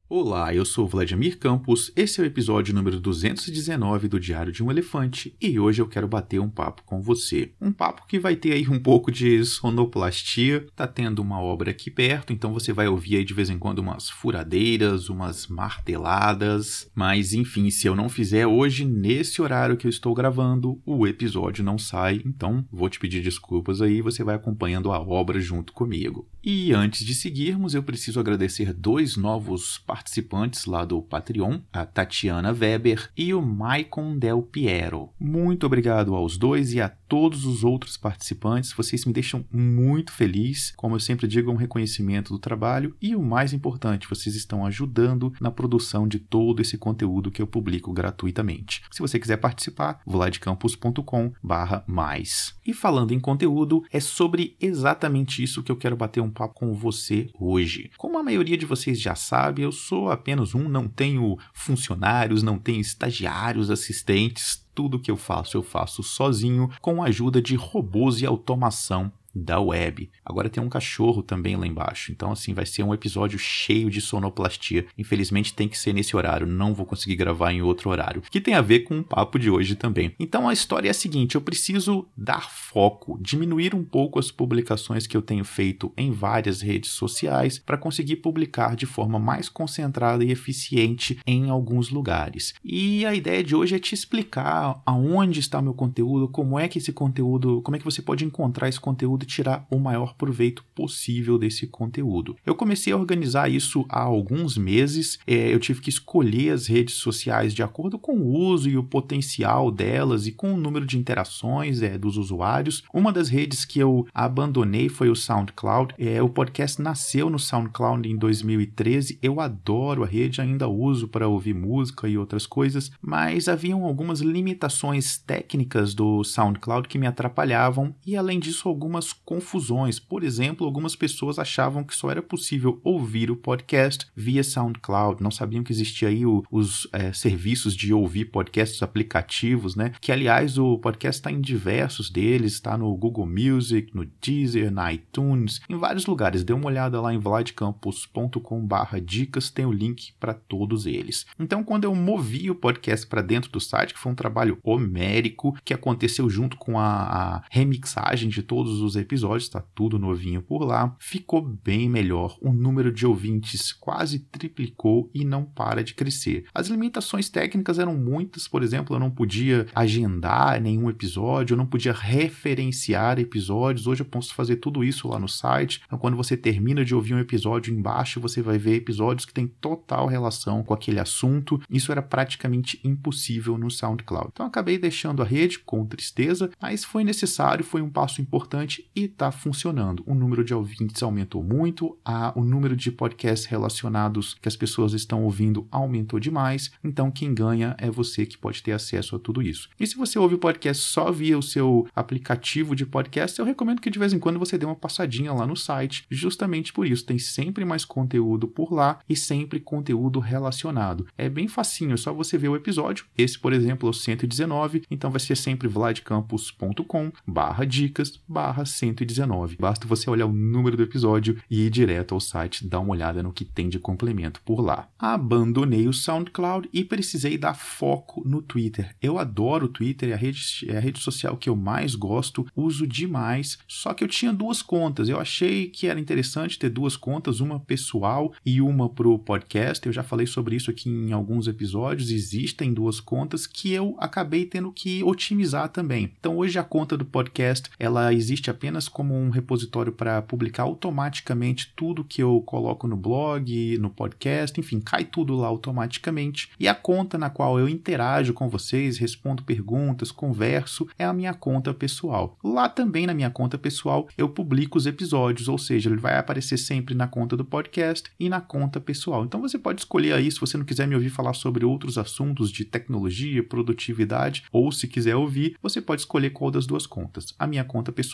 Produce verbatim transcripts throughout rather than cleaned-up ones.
Olá, eu sou Vladimir Campos, esse é o episódio número duzentos e dezenove do Diário de um Elefante e hoje eu quero bater um papo com você. Um papo que vai ter aí um pouco de sonoplastia, tá tendo uma obra aqui perto, então você vai ouvir aí de vez em quando umas furadeiras, umas marteladas, mas enfim, se eu não fizer hoje, nesse horário que eu estou gravando, o episódio não sai, então vou te pedir desculpas aí, você vai acompanhando a obra junto comigo. E antes de seguirmos, eu preciso agradecer dois novos participantes lá do Patreon, a Tatiana Weber e o Maicon Del Piero. Muito obrigado aos dois e a todos os outros participantes, vocês me deixam muito feliz, como eu sempre digo, é um reconhecimento do trabalho e o mais importante, vocês estão ajudando na produção de todo esse conteúdo que eu publico gratuitamente. Se você quiser participar, vladcampus ponto com barra mais. E falando em conteúdo, é sobre exatamente isso que eu quero bater um papo com você hoje. Como a maioria de vocês já sabe, eu sou apenas um, não tenho funcionários, não tenho estagiários, assistentes, tudo que eu faço, eu faço sozinho, com a ajuda de robôs e automação da web. Agora tem um cachorro também lá embaixo, então assim vai ser um episódio cheio de sonoplastia. Infelizmente tem que ser nesse horário, não vou conseguir gravar em outro horário, que tem a ver com o papo de hoje também. Então a história é a seguinte, eu preciso dar foco, diminuir um pouco as publicações que eu tenho feito em várias redes sociais para conseguir publicar de forma mais concentrada e eficiente em alguns lugares. E a ideia de hoje é te explicar aonde está meu conteúdo, como é que esse conteúdo, como é que você pode encontrar esse conteúdo tirar o maior proveito possível desse conteúdo. Eu comecei a organizar isso há alguns meses, é, eu tive que escolher as redes sociais de acordo com o uso e o potencial delas e com o número de interações é, dos usuários. Uma das redes que eu abandonei foi o SoundCloud, é, o podcast nasceu no SoundCloud em dois mil e treze, eu adoro a rede, ainda uso para ouvir música e outras coisas, mas haviam algumas limitações técnicas do SoundCloud que me atrapalhavam e além disso algumas confusões. Por exemplo, algumas pessoas achavam que só era possível ouvir o podcast via SoundCloud, não sabiam que existia aí o, os é, serviços de ouvir podcasts, aplicativos, né? Que, aliás, o podcast está em diversos deles, está no Google Music, no Deezer, na iTunes, em vários lugares. Dê uma olhada lá em vladcampus ponto com barra dicas, tem o link para todos eles. Então, quando eu movi o podcast para dentro do site, que foi um trabalho homérico, que aconteceu junto com a, a remixagem de todos os episódios, está tudo novinho por lá, ficou bem melhor, o número de ouvintes quase triplicou e não para de crescer. As limitações técnicas eram muitas, por exemplo, eu não podia agendar nenhum episódio, eu não podia referenciar episódios, hoje eu posso fazer tudo isso lá no site, então quando você termina de ouvir um episódio embaixo, você vai ver episódios que têm total relação com aquele assunto, isso era praticamente impossível no SoundCloud. Então eu acabei deixando a rede com tristeza, mas foi necessário, foi um passo importante e está funcionando. O número de ouvintes aumentou muito, a, o número de podcasts relacionados que as pessoas estão ouvindo aumentou demais, então quem ganha é você que pode ter acesso a tudo isso. E se você ouve o podcast só via o seu aplicativo de podcast, eu recomendo que de vez em quando você dê uma passadinha lá no site, justamente por isso, tem sempre mais conteúdo por lá e sempre conteúdo relacionado. É bem facinho, é só você ver o episódio, esse por exemplo é o cento e dezenove, então vai ser sempre vladcampus ponto com barra dicas barra cento e dezenove. Basta você olhar o número do episódio e ir direto ao site, dar uma olhada no que tem de complemento por lá. Abandonei o SoundCloud e precisei dar foco no Twitter. Eu adoro o Twitter, é a rede, é a rede social que eu mais gosto, uso demais, só que eu tinha duas contas. Eu achei que era interessante ter duas contas, uma pessoal e uma pro podcast. Eu já falei sobre isso aqui em alguns episódios, existem duas contas que eu acabei tendo que otimizar também. Então hoje a conta do podcast, ela existe apenas como um repositório para publicar automaticamente tudo que eu coloco no blog, no podcast, enfim, cai tudo lá automaticamente. E a conta na qual eu interajo com vocês, respondo perguntas, converso, é a minha conta pessoal. Lá também na minha conta pessoal eu publico os episódios, ou seja, ele vai aparecer sempre na conta do podcast e na conta pessoal. Então você pode escolher aí, se você não quiser me ouvir falar sobre outros assuntos de tecnologia, produtividade, ou se quiser ouvir, você pode escolher qual das duas contas. A minha conta pessoal é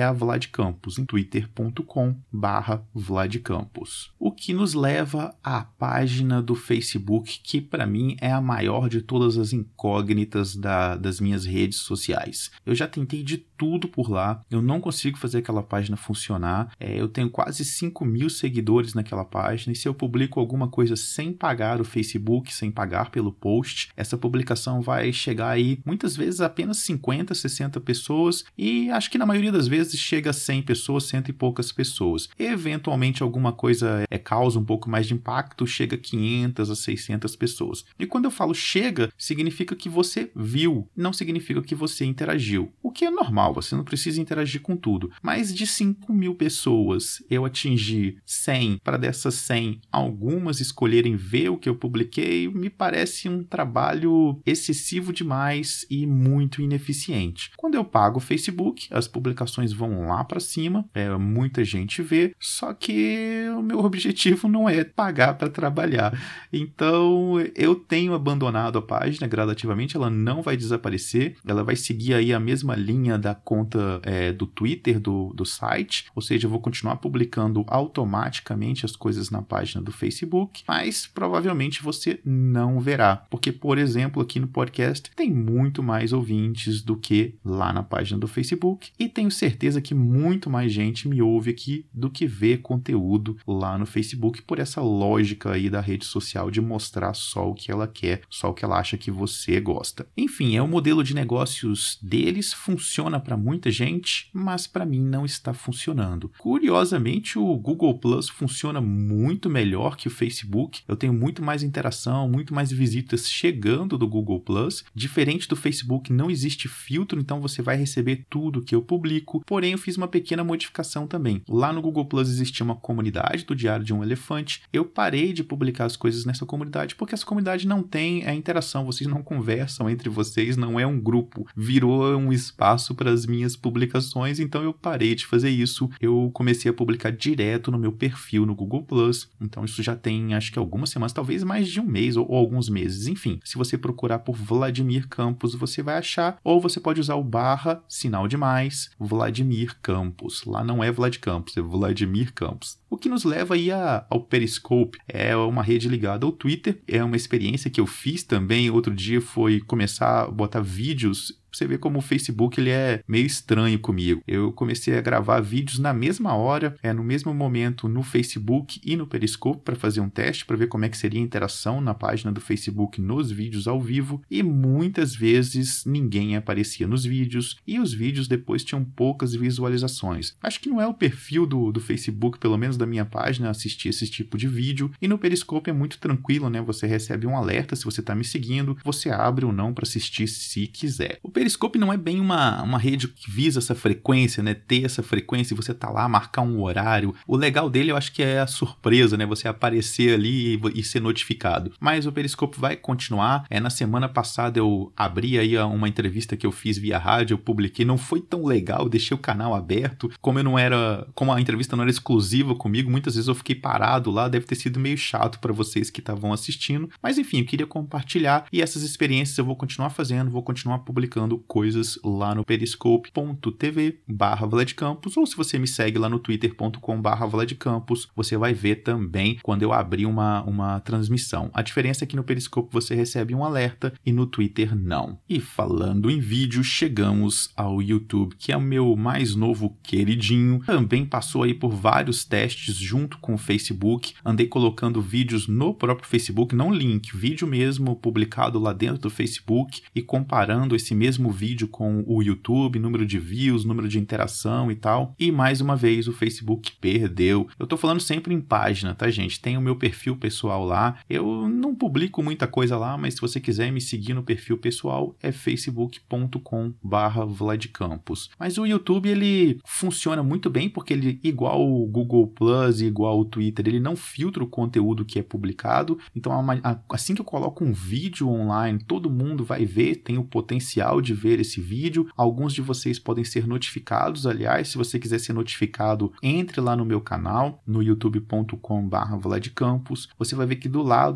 é a Vlad Campos, em twitter ponto com barra Vlad Campos. O que nos leva à página do Facebook, que para mim é a maior de todas as incógnitas da, das minhas redes sociais. Eu já tentei de tudo por lá, eu não consigo fazer aquela página funcionar, é, eu tenho quase cinco mil seguidores naquela página, e se eu publico alguma coisa sem pagar o Facebook, sem pagar pelo post, essa publicação vai chegar aí muitas vezes a apenas cinquenta, sessenta pessoas, e acho que na maioria das vezes chega a cem pessoas, cento e poucas pessoas. Eventualmente alguma coisa é, causa um pouco mais de impacto, chega a quinhentas a seiscentas pessoas. E quando eu falo chega, significa que você viu, não significa que você interagiu. O que é normal, você não precisa interagir com tudo. Mas de cinco mil pessoas eu atingi cem, para dessas cem, algumas escolherem ver o que eu publiquei, me parece um trabalho excessivo demais e muito ineficiente. Quando eu pago o Facebook, as publicações vão lá para cima, é, muita gente vê, só que o meu objetivo não é pagar para trabalhar. Então eu tenho abandonado a página gradativamente, ela não vai desaparecer, ela vai seguir aí a mesma linha da conta é, do Twitter do, do site, ou seja, eu vou continuar publicando automaticamente as coisas na página do Facebook, mas provavelmente você não verá, porque, por exemplo, aqui no podcast tem muito mais ouvintes do que lá na página do Facebook, e tenho certeza que muito mais gente me ouve aqui do que vê conteúdo lá no Facebook, por essa lógica aí da rede social de mostrar só o que ela quer, só o que ela acha que você gosta. Enfim, é o modelo de negócios deles, funciona para muita gente, mas para mim não está funcionando. Curiosamente, o Google Plus funciona muito melhor que o Facebook. Eu tenho muito mais interação, muito mais visitas chegando do Google Plus. Diferente do Facebook, não existe filtro, então você vai receber tudo que eu publico. Porém, eu fiz uma pequena modificação também. Lá no Google Plus existia uma comunidade do Diário de um Elefante. Eu parei de publicar as coisas nessa comunidade porque essa comunidade não tem a interação, vocês não conversam entre vocês, não é um grupo. Virou um espaço para as minhas publicações, então eu parei de fazer isso. Eu comecei a publicar direto no meu perfil no Google Plus. Então isso já tem, acho que algumas semanas, talvez mais de um mês ou, ou alguns meses. Enfim, se você procurar por Vladimir Campos, você vai achar, ou você pode usar o barra, sinal de mais, Vladimir Campos. Lá não é Vlad Campos, é Vladimir Campos. O que nos leva aí a, ao Periscope, é uma rede ligada ao Twitter, é uma experiência que eu fiz também, outro dia foi começar a botar vídeos. Você vê como o Facebook ele é meio estranho comigo. Eu comecei a gravar vídeos na mesma hora, é no mesmo momento no Facebook e no Periscope para fazer um teste, para ver como é que seria a interação na página do Facebook nos vídeos ao vivo, e muitas vezes ninguém aparecia nos vídeos e os vídeos depois tinham poucas visualizações. Acho que não é o perfil do, do Facebook, pelo menos da minha página, assistir esse tipo de vídeo, e no Periscope é muito tranquilo, né? Você recebe um alerta se você está me seguindo, você abre ou não para assistir se quiser. O Periscope não é bem uma, uma rede que visa essa frequência, né? Ter essa frequência e você tá lá, marcar um horário. O legal dele eu acho que é a surpresa, né? Você aparecer ali e, e ser notificado. Mas o Periscope vai continuar. É, na semana passada eu abri aí uma entrevista que eu fiz via rádio, eu publiquei, não foi tão legal, eu deixei o canal aberto. Como eu não era, como a entrevista não era exclusiva comigo, muitas vezes eu fiquei parado lá, deve ter sido meio chato para vocês que estavam assistindo. Mas enfim, eu queria compartilhar e essas experiências eu vou continuar fazendo, vou continuar publicando coisas lá no periscope.tv barra Vladcampos, ou se você me segue lá no twitter.com barra Vladcampos, você vai ver também quando eu abrir uma, uma transmissão. A diferença é que no Periscope você recebe um alerta e no Twitter não. E falando em vídeo, chegamos ao YouTube, que é o meu mais novo queridinho. Também passou aí por vários testes junto com o Facebook. Andei colocando vídeos no próprio Facebook, não link, vídeo mesmo publicado lá dentro do Facebook e comparando esse mesmo vídeo com o YouTube, número de views, número de interação e tal. E mais uma vez o Facebook perdeu. Eu tô falando sempre em página, tá, gente? Tem o meu perfil pessoal lá. Eu não publico muita coisa lá, mas se você quiser me seguir no perfil pessoal é facebook.com barra Vladcampos. Mas o YouTube ele funciona muito bem porque ele, igual o Google Plus e igual o Twitter, ele não filtra o conteúdo que é publicado. Então assim que eu coloco um vídeo online, todo mundo vai ver, tem o potencial de ver esse vídeo. Alguns de vocês podem ser notificados, aliás, se você quiser ser notificado, entre lá no meu canal, no youtube.com barra Vladcampos. Você vai ver que do lado do assinar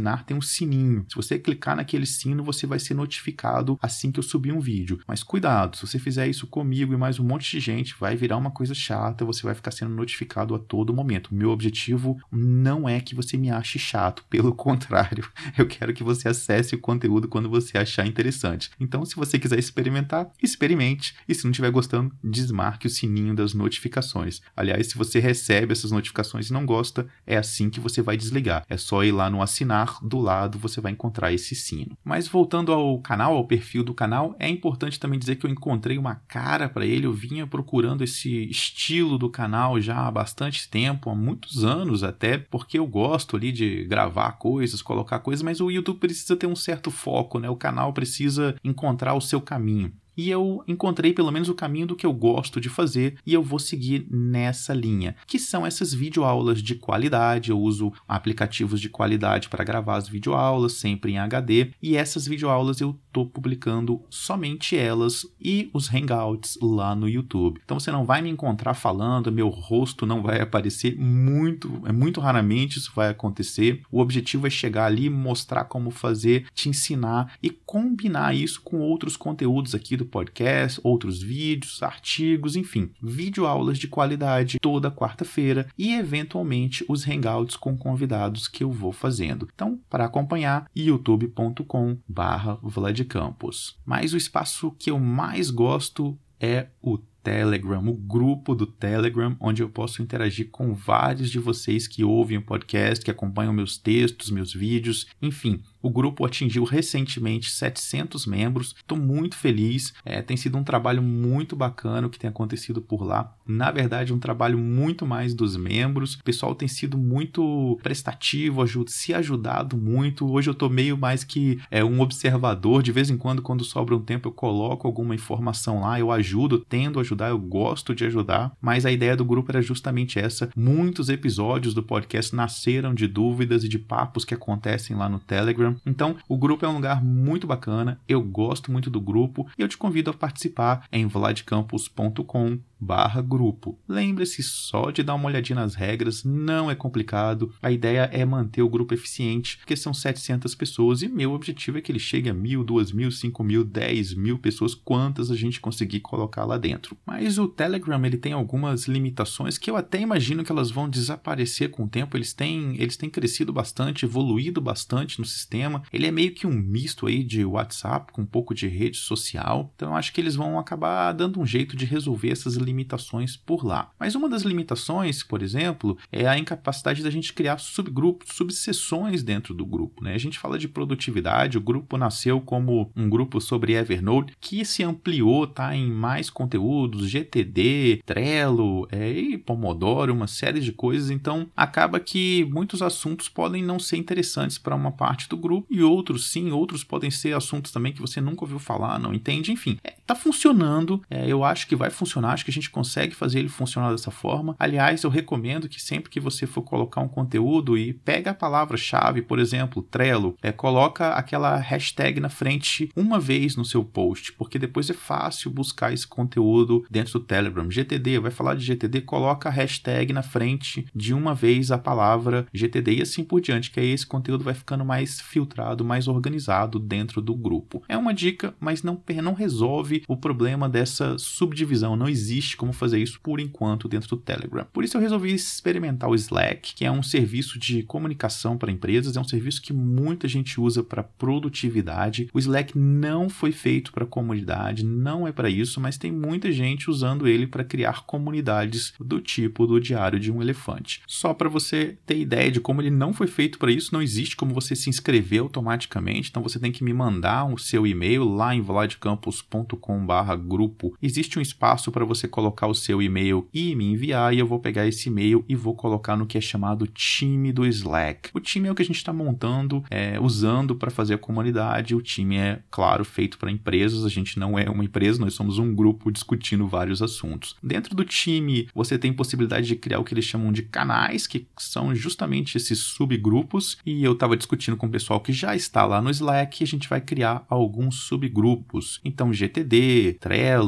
assinar tem um sininho. Se você clicar naquele sino, você vai ser notificado assim que eu subir um vídeo. Mas cuidado, se você fizer isso comigo e mais um monte de gente, vai virar uma coisa chata, você vai ficar sendo notificado a todo momento. Meu objetivo não é que você me ache chato, pelo contrário, eu quero que você acesse o conteúdo quando você achar interessante. Então, se você quiser experimentar, experimente. E se não estiver gostando, desmarque o sininho das notificações. Aliás, se você recebe essas notificações e não gosta, é assim que você vai desligar. É só ir lá no assinar, do lado você vai encontrar esse sino. Mas voltando ao canal, ao perfil do canal, é importante também dizer que eu encontrei uma cara para ele. Eu vinha procurando esse estilo do canal já há bastante tempo, há muitos anos até, porque eu gosto ali de gravar coisas, colocar coisas, mas o YouTube precisa ter um certo foco, né? O canal precisa encontrar o seu caminho. E eu encontrei pelo menos o caminho do que eu gosto de fazer e eu vou seguir nessa linha, que são essas videoaulas de qualidade. Eu uso aplicativos de qualidade para gravar as videoaulas, sempre em H D, e essas videoaulas eu estou publicando somente elas e os hangouts lá no YouTube. Então você não vai me encontrar falando, meu rosto não vai aparecer, muito, é muito raramente isso vai acontecer. O objetivo é chegar ali, mostrar como fazer, te ensinar e combinar isso com outros conteúdos aqui do podcast, outros vídeos, artigos, enfim, videoaulas de qualidade toda quarta-feira e eventualmente os hangouts com convidados que eu vou fazendo. Então, para acompanhar, youtube ponto com barra Vlad Campos. Mas o espaço que eu mais gosto é o Telegram, o grupo do Telegram, onde eu posso interagir com vários de vocês que ouvem o podcast, que acompanham meus textos, meus vídeos, enfim. O grupo atingiu recentemente setecentos membros, estou muito feliz, é, tem sido um trabalho muito bacana o que tem acontecido por lá. Na verdade, um trabalho muito mais dos membros, o pessoal tem sido muito prestativo, ajuda, se ajudado muito. Hoje eu estou meio mais que é, um observador, de vez em quando, quando sobra um tempo, eu coloco alguma informação lá, eu ajudo, tendo a ajudar, eu gosto de ajudar, mas a ideia do grupo era justamente essa. Muitos episódios do podcast nasceram de dúvidas e de papos que acontecem lá no Telegram. Então, o grupo é um lugar muito bacana, eu gosto muito do grupo e eu te convido a participar em vladcampos ponto com barra grupo. Lembre-se só de dar uma olhadinha nas regras, não é complicado, a ideia é manter o grupo eficiente, porque são setecentas pessoas e meu objetivo é que ele chegue a mil, duas mil, cinco mil, dez mil pessoas, quantas a gente conseguir colocar lá dentro. Mas o Telegram, ele tem algumas limitações que eu até imagino que elas vão desaparecer com o tempo. Eles têm, eles têm crescido bastante, evoluído bastante no sistema. Ele é meio que um misto aí de WhatsApp com um pouco de rede social. Então eu acho que eles vão acabar dando um jeito de resolver essas limitações por lá. Mas uma das limitações, por exemplo, é a incapacidade da gente criar subgrupos, subseções dentro do grupo, né? A gente fala de produtividade, o grupo nasceu como um grupo sobre Evernote, que se ampliou, tá, em mais conteúdos, G T D, Trello, é, e Pomodoro, uma série de coisas. Então acaba que muitos assuntos podem não ser interessantes para uma parte do grupo e outros sim, outros podem ser assuntos também que você nunca ouviu falar, não entende, enfim. É, tá funcionando, é, eu acho que vai funcionar, acho que a gente consegue fazer ele funcionar dessa forma. Aliás, eu recomendo que sempre que você for colocar um conteúdo e pega a palavra-chave, por exemplo, Trello, é, coloca aquela hashtag na frente uma vez no seu post, porque depois é fácil buscar esse conteúdo dentro do Telegram. G T D, vai falar de G T D, coloca a hashtag na frente de uma vez a palavra G T D e assim por diante, que aí esse conteúdo vai ficando mais filtrado, mais organizado dentro do grupo. É uma dica, mas não, não resolve o problema dessa subdivisão. Não existe como fazer isso por enquanto dentro do Telegram. Por isso eu resolvi experimentar o Slack, que é um serviço de comunicação para empresas, é um serviço que muita gente usa para produtividade. O Slack não foi feito para comunidade, não é para isso, mas tem muita gente usando ele para criar comunidades do tipo do Diário de um Elefante. Só para você ter ideia de como ele não foi feito para isso, não existe como você se inscrever automaticamente, então você tem que me mandar o seu e-mail lá em vladcampos ponto com barra grupo. Existe um espaço para você colocar o seu e-mail e me enviar, e eu vou pegar esse e-mail e vou colocar no que é chamado time do Slack. O time é o que a gente está montando, é, usando para fazer a comunidade. O time é, claro, feito para empresas, a gente não é uma empresa, nós somos um grupo discutindo vários assuntos. Dentro do time, você tem possibilidade de criar o que eles chamam de canais, que são justamente esses subgrupos, e eu estava discutindo com o pessoal que já está lá no Slack, e a gente vai criar alguns subgrupos. Então, G T D, Trello,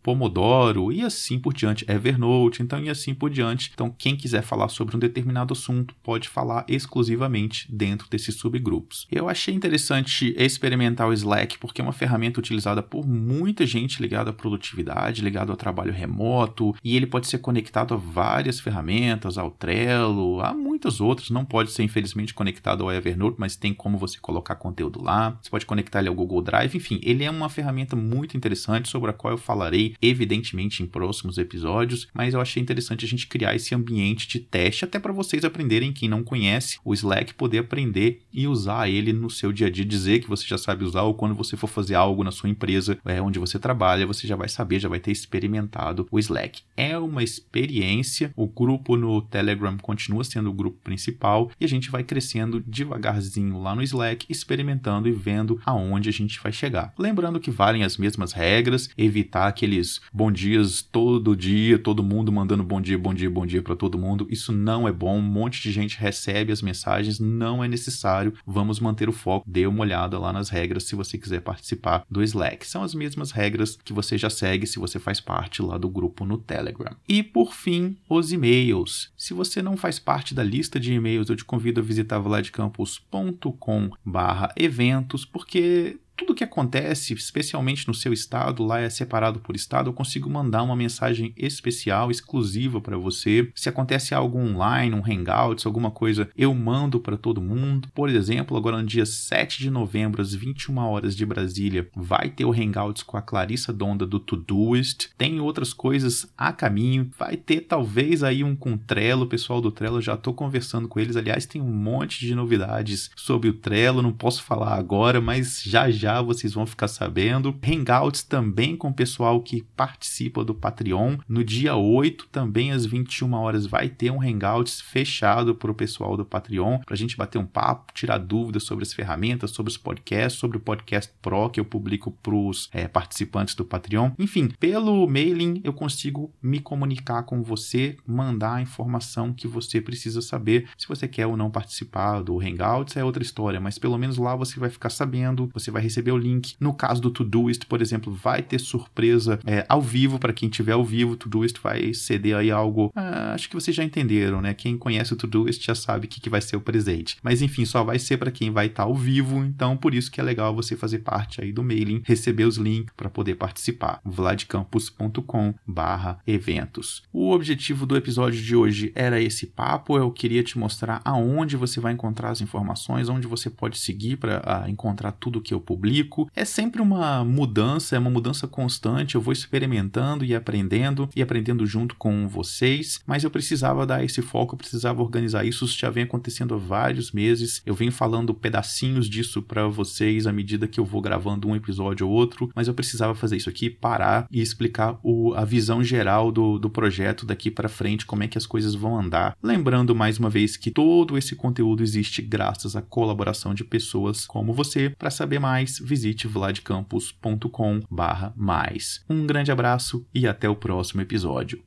Pomodoro e assim por diante, Evernote, então e assim por diante. Então quem quiser falar sobre um determinado assunto pode falar exclusivamente dentro desses subgrupos. Eu achei interessante experimentar o Slack porque é uma ferramenta utilizada por muita gente ligada à produtividade, ligada ao trabalho remoto, e ele pode ser conectado a várias ferramentas, ao Trello, a muitas outras. Não pode ser infelizmente conectado ao Evernote, mas tem como você colocar conteúdo lá. Você pode conectar ele ao Google Drive, enfim, ele é uma ferramenta muito interessante sobre a qual eu falarei evidentemente em próximos episódios, mas eu achei interessante a gente criar esse ambiente de teste até para vocês aprenderem, quem não conhece o Slack, poder aprender e usar ele no seu dia a dia, dizer que você já sabe usar, ou quando você for fazer algo na sua empresa, é, onde você trabalha, você já vai saber, já vai ter experimentado o Slack. É uma experiência, o grupo no Telegram continua sendo o grupo principal e a gente vai crescendo devagarzinho lá no Slack, experimentando e vendo aonde a gente vai chegar. Lembrando que valem as mesmas regras, evitar aqueles bom dias todo dia, todo mundo mandando bom dia, bom dia, bom dia para todo mundo. Isso não é bom, um monte de gente recebe as mensagens, não é necessário. Vamos manter o foco. Dê uma olhada lá nas regras se você quiser participar do Slack. São as mesmas regras que você já segue se você faz parte lá do grupo no Telegram. E por fim, os e-mails. Se você não faz parte da lista de e-mails, eu te convido a visitar vladcampus ponto com barra eventos, porque tudo que acontece, especialmente no seu estado, lá é separado por estado, eu consigo mandar uma mensagem especial, exclusiva para você. Se acontece algo online, um Hangouts, alguma coisa, eu mando para todo mundo. Por exemplo, agora no dia sete de novembro, às vinte e uma horas de Brasília, vai ter o Hangouts com a Clarissa Donda do Todoist. Tem outras coisas a caminho. Vai ter talvez aí um com Trello, o pessoal do Trello, já estou conversando com eles. Aliás, tem um monte de novidades sobre o Trello, não posso falar agora, mas já já vocês vão ficar sabendo. Hangouts também com o pessoal que participa do Patreon. No dia oito, também às vinte e uma horas, vai ter um Hangouts fechado para o pessoal do Patreon, para a gente bater um papo, tirar dúvidas sobre as ferramentas, sobre os podcasts, sobre o Podcast Pro que eu publico para os é, participantes do Patreon. Enfim, pelo mailing eu consigo me comunicar com você, mandar a informação que você precisa saber. Se você quer ou não participar do Hangouts é outra história, mas pelo menos lá você vai ficar sabendo, você vai receber o link. No caso do Todoist, por exemplo, vai ter surpresa é, ao vivo, para quem tiver ao vivo. O Todoist vai ceder aí algo, ah, acho que vocês já entenderam, né? Quem conhece o Todoist já sabe o que, que vai ser o presente. Mas enfim, só vai ser para quem vai estar ao vivo, então por isso que é legal você fazer parte aí do mailing, receber os links para poder participar. vladcampus ponto com barra eventos. O objetivo do episódio de hoje era esse papo. Eu queria te mostrar aonde você vai encontrar as informações, onde você pode seguir para encontrar tudo que eu publico. É sempre uma mudança, é uma mudança constante. Eu vou experimentando e aprendendo e aprendendo junto com vocês, mas eu precisava dar esse foco, eu precisava organizar isso. Isso já vem acontecendo há vários meses. Eu venho falando pedacinhos disso para vocês à medida que eu vou gravando um episódio ou outro, mas eu precisava fazer isso aqui, parar e explicar o, a visão geral do, do projeto daqui para frente, como é que as coisas vão andar. Lembrando mais uma vez que todo esse conteúdo existe graças à colaboração de pessoas como você. Para saber mais, visite vladcampus ponto com barra mais. Um grande abraço e até o próximo episódio.